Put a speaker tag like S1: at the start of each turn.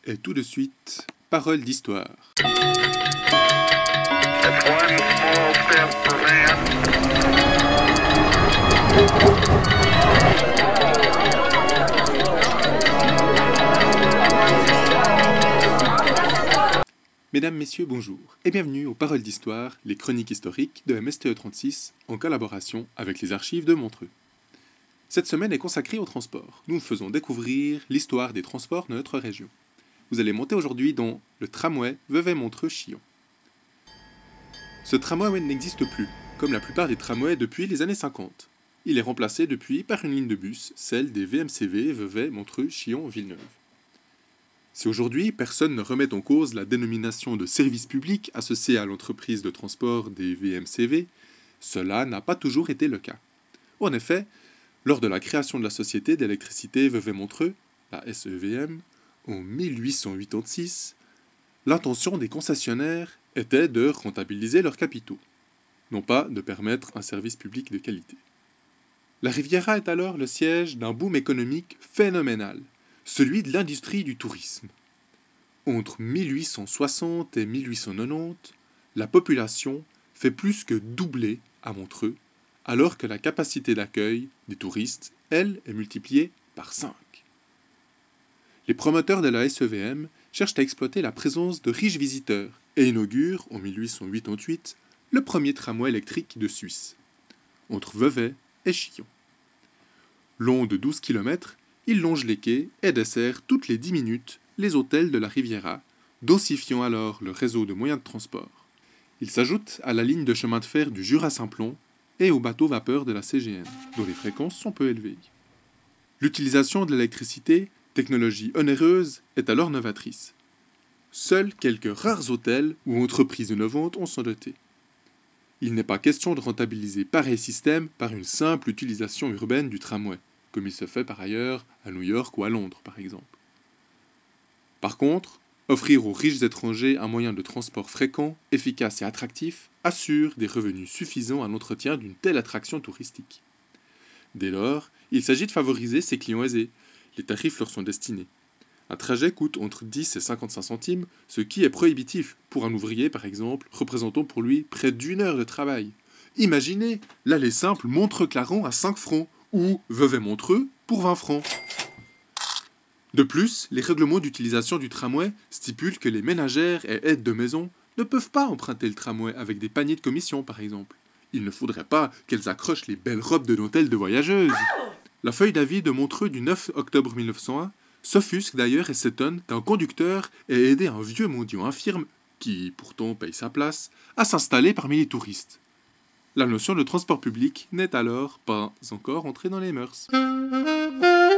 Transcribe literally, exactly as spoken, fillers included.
S1: Et tout de suite, parole d'histoire. Mesdames, Messieurs, bonjour, et bienvenue aux Paroles d'Histoire, les chroniques historiques de M S T E trente-six, en collaboration avec les archives de Montreux. Cette semaine est consacrée au transport. Nous vous faisons découvrir l'histoire des transports de notre région. Vous allez monter aujourd'hui dans le tramway Vevey-Montreux-Chillon. Ce tramway n'existe plus, comme la plupart des tramways depuis les années cinquante. Il est remplacé depuis par une ligne de bus, celle des V M C V Vevey-Montreux-Chillon-Villeneuve. Si aujourd'hui personne ne remet en cause la dénomination de service public associée à l'entreprise de transport des V M C V, cela n'a pas toujours été le cas. En effet, lors de la création de la Société d'électricité Vevey-Montreux, la S E V M, en mille huit cent quatre-vingt-six, l'intention des concessionnaires était de rentabiliser leurs capitaux, non pas de permettre un service public de qualité. La Riviera est alors le siège d'un boom économique phénoménal, celui de l'industrie du tourisme. Entre mille huit cent soixante et mille huit cent quatre-vingt-dix, la population fait plus que doubler à Montreux, alors que la capacité d'accueil des touristes, elle, est multipliée par cinq. Les promoteurs de la S E V M cherchent à exploiter la présence de riches visiteurs et inaugurent, en mille huit cent quatre-vingt-dix-huit, le premier tramway électrique de Suisse, entre Vevey et Chillon. Long de douze kilomètres, il longe les quais et dessert toutes les dix minutes les hôtels de la Riviera, densifiant alors le réseau de moyens de transport. Il s'ajoute à la ligne de chemin de fer du Jura-Simplon et aux bateaux vapeur de la C G N, dont les fréquences sont peu élevées. L'utilisation de l'électricité, technologie onéreuse, est alors novatrice. Seuls quelques rares hôtels ou entreprises innovantes ont s'en doté. Il n'est pas question de rentabiliser pareil système par une simple utilisation urbaine du tramway, comme il se fait par ailleurs à New York ou à Londres, par exemple. Par contre, offrir aux riches étrangers un moyen de transport fréquent, efficace et attractif assure des revenus suffisants à l'entretien d'une telle attraction touristique. Dès lors, il s'agit de favoriser ces clients aisés. Les tarifs leur sont destinés. Un trajet coûte entre dix et cinquante-cinq centimes, ce qui est prohibitif pour un ouvrier, par exemple, représentant pour lui près d'une heure de travail. Imaginez l'aller simple Montreux-Claron à cinq francs, ou Vevey-Montreux pour vingt francs. De plus, les règlements d'utilisation du tramway stipulent que les ménagères et aides de maison ne peuvent pas emprunter le tramway avec des paniers de commission, par exemple. Il ne faudrait pas qu'elles accrochent les belles robes de dentelle de voyageuses. La feuille d'avis de Montreux du neuf octobre mille neuf cent un s'offusque d'ailleurs et s'étonne qu'un conducteur ait aidé un vieux mendiant infirme, qui pourtant paye sa place, à s'installer parmi les touristes. La notion de transport public n'est alors pas encore entrée dans les mœurs.